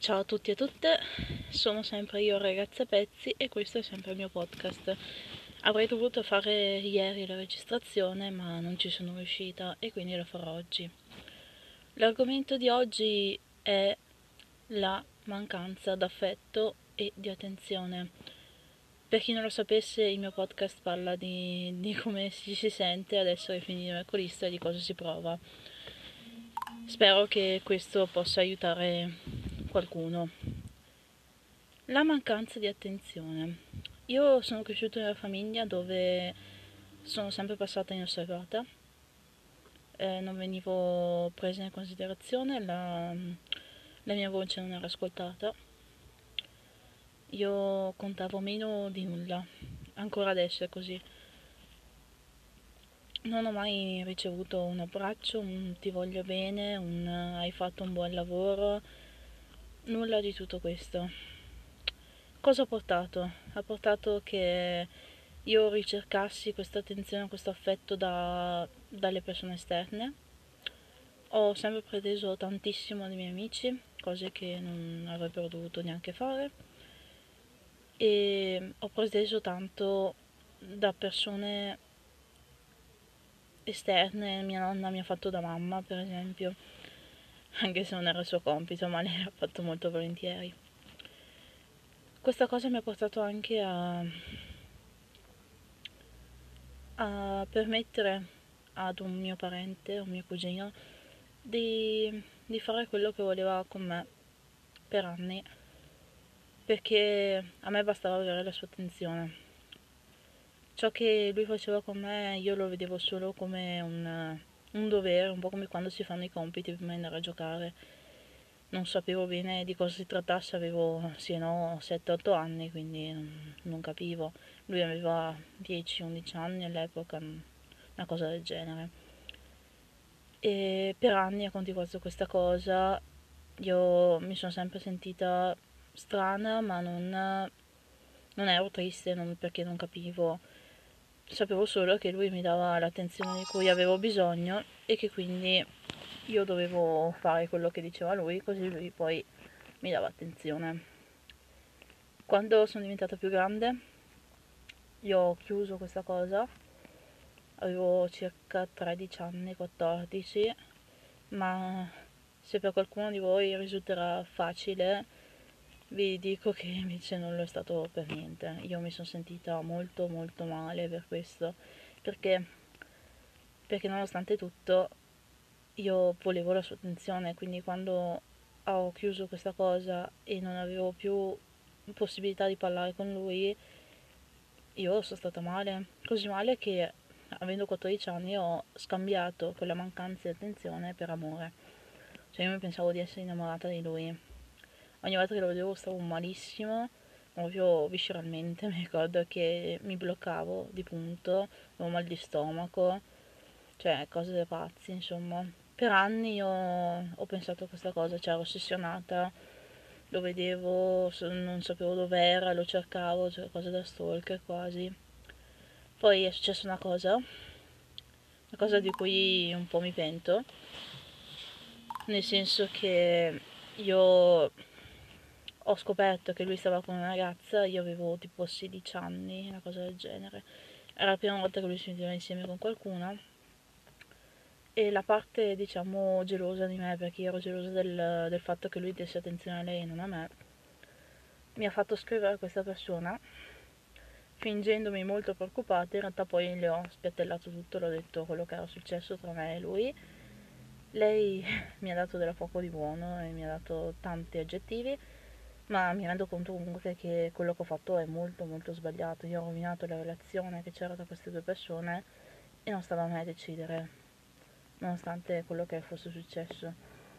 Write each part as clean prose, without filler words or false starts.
Ciao a tutti e a tutte, sono sempre io Ragazza Pezzi e questo è sempre il mio podcast. Avrei dovuto fare ieri la registrazione ma non ci sono riuscita e quindi lo farò oggi. L'argomento di oggi è la mancanza d'affetto e di attenzione. Per chi non lo sapesse, il mio podcast parla di come ci si sente ad essere figli di un alcolista e di cosa si prova. Spero che questo possa aiutare qualcuno. La mancanza di attenzione. Io sono cresciuta in una famiglia dove sono sempre passata inosservata, non venivo presa in considerazione, la mia voce non era ascoltata, io contavo meno di nulla, ancora adesso è così. Non ho mai ricevuto un abbraccio, un ti voglio bene, un hai fatto un buon lavoro, nulla di tutto questo. Cosa ha portato? Ha portato che io ricercassi questa attenzione, questo affetto dalle persone esterne. Ho sempre preteso tantissimo dai miei amici, cose che non avrebbero dovuto neanche fare. E ho preteso tanto da persone esterne. Mia nonna mi ha fatto da mamma, per esempio, anche se non era il suo compito, ma lei l'ha fatto molto volentieri. Questa cosa mi ha portato anche a permettere ad un mio parente, un mio cugino, di fare quello che voleva con me per anni, perché a me bastava avere la sua attenzione. Ciò che lui faceva con me io lo vedevo solo come un dovere, un po' come quando si fanno i compiti prima di andare a giocare. Non sapevo bene di cosa si trattasse, avevo sì e no 7-8 anni, quindi non capivo. Lui aveva 10-11 anni all'epoca, una cosa del genere. E per anni ha continuato questa cosa. Io mi sono sempre sentita strana, ma non ero triste, perché non capivo. Sapevo solo che lui mi dava l'attenzione di cui avevo bisogno e che quindi io dovevo fare quello che diceva lui, così lui poi mi dava attenzione. Quando sono diventata più grande, io ho chiuso questa cosa, avevo circa 13 anni, 14, ma se per qualcuno di voi risulterà facile, vi dico che invece non lo è stato per niente. Io mi sono sentita molto molto male per questo, perché, perché nonostante tutto io volevo la sua attenzione, quindi quando ho chiuso questa cosa e non avevo più possibilità di parlare con lui, io sono stata male, così male che avendo 14 anni ho scambiato quella mancanza di attenzione per amore. Cioè io mi pensavo di essere innamorata di lui. Ogni volta che lo vedevo stavo malissimo, proprio visceralmente, mi ricordo che mi bloccavo di punto, avevo mal di stomaco, cioè cose da pazzi, insomma. Per anni io ho pensato a questa cosa, cioè ero ossessionata, lo vedevo, non sapevo dov'era, lo cercavo, cioè cose da stalker quasi. Poi è successa una cosa di cui un po' mi pento, nel senso che io ho scoperto che lui stava con una ragazza, io avevo tipo 16 anni, una cosa del genere. Era la prima volta che lui si metteva insieme con qualcuno e la parte, diciamo, gelosa di me, perché io ero gelosa del fatto che lui desse attenzione a lei e non a me, mi ha fatto scrivere a questa persona fingendomi molto preoccupata. In realtà poi le ho spiattellato tutto, l'ho detto quello che era successo tra me e lui. Lei mi ha dato della poco di buono e mi ha dato tanti aggettivi, ma mi rendo conto comunque che quello che ho fatto è molto molto sbagliato. Io ho rovinato la relazione che c'era tra queste due persone e non stava a me a decidere, nonostante quello che fosse successo.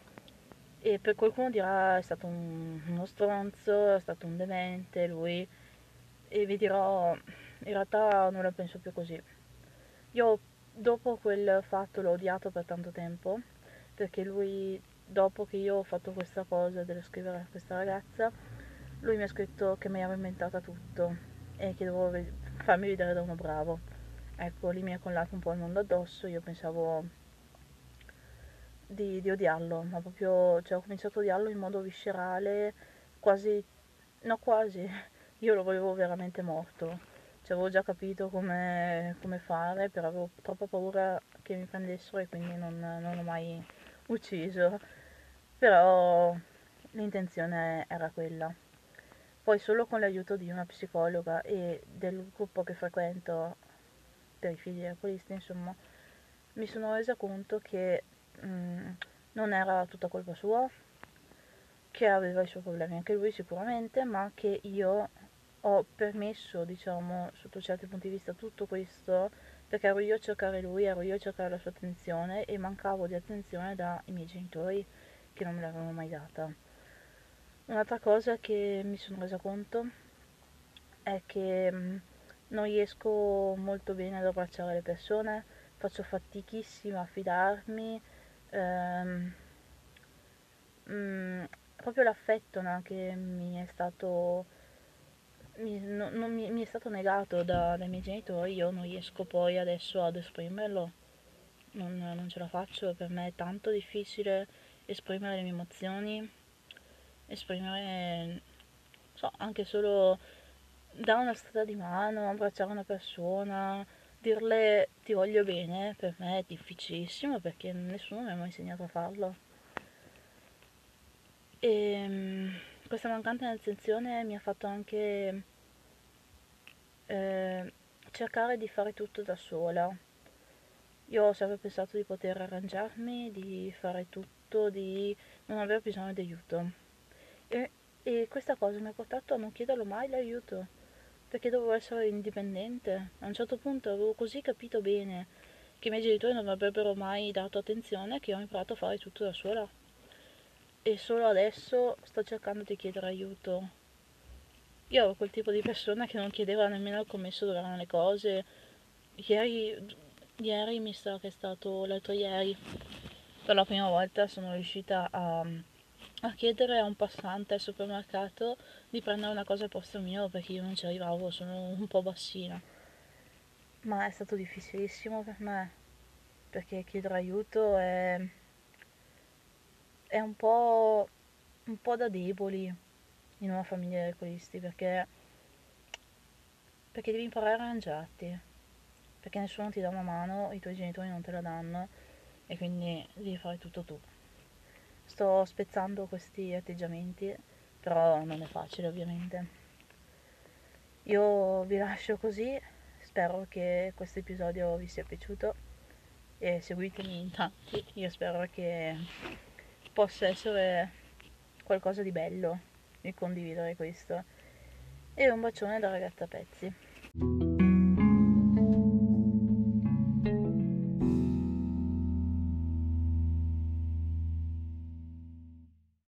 E per qualcuno dirà è stato uno stronzo, è stato un demente lui, e vi dirò in realtà non la penso più così. Io dopo quel fatto l'ho odiato per tanto tempo, perché lui, dopo che io ho fatto questa cosa dello scrivere a questa ragazza, lui mi ha scritto che mi ero inventata tutto e che dovevo farmi vedere da uno bravo. Ecco, lì mi ha collato un po' il mondo addosso, io pensavo di odiarlo, ma proprio, cioè ho cominciato a odiarlo in modo viscerale, quasi, no quasi, io lo volevo veramente morto, cioè avevo già capito come fare, però avevo troppa paura che mi prendessero e quindi non l'ho mai ucciso, però l'intenzione era quella. Poi solo con l'aiuto di una psicologa e del gruppo che frequento per i figli alcolisti, insomma, mi sono resa conto che non era tutta colpa sua, che aveva i suoi problemi anche lui sicuramente, ma che io ho permesso, diciamo, sotto certi punti di vista tutto questo perché ero io a cercare lui, ero io a cercare la sua attenzione e mancavo di attenzione dai miei genitori che non me l'avevano mai data. Un'altra cosa che mi sono resa conto è che non riesco molto bene ad abbracciare le persone, faccio fatichissima a fidarmi, ehm, proprio l'affetto, no, che mi è stato, mi è stato negato dai miei genitori, io non riesco poi adesso ad esprimerlo, non ce la faccio, per me è tanto difficile esprimere le mie emozioni, esprimere, so, anche solo dare una stretta di mano, abbracciare una persona, dirle ti voglio bene, per me è difficilissimo perché nessuno mi ha mai insegnato a farlo. E questa mancante attenzione mi ha fatto anche eh, cercare di fare tutto da sola. Io ho sempre pensato di poter arrangiarmi, di fare tutto, di non aver bisogno di aiuto. E, e questa cosa mi ha portato a non chiederlo mai l'aiuto, perché dovevo essere indipendente. A un certo punto avevo così capito bene che i miei genitori non mi avrebbero mai dato attenzione che ho imparato a fare tutto da sola. E solo adesso sto cercando di chiedere aiuto. Io ero quel tipo di persona che non chiedeva nemmeno al commesso dove erano le cose. Ieri, ieri mi sa che è stato l'altro ieri, per la prima volta sono riuscita a chiedere a un passante al supermercato di prendere una cosa al posto mio perché io non ci arrivavo, sono un po' bassina. Ma è stato difficilissimo per me, perché chiedere aiuto è un po' da deboli in una famiglia di alcolisti, perché devi imparare a arrangiarti, perché nessuno ti dà una mano, i tuoi genitori non te la danno e quindi devi fare tutto tu. Sto spezzando questi atteggiamenti, però non è facile ovviamente. Io vi lascio così, spero che questo episodio vi sia piaciuto e seguitemi in tanti, io spero che possa essere qualcosa di bello il condividere questo. E un bacione da ragazza Pezzi.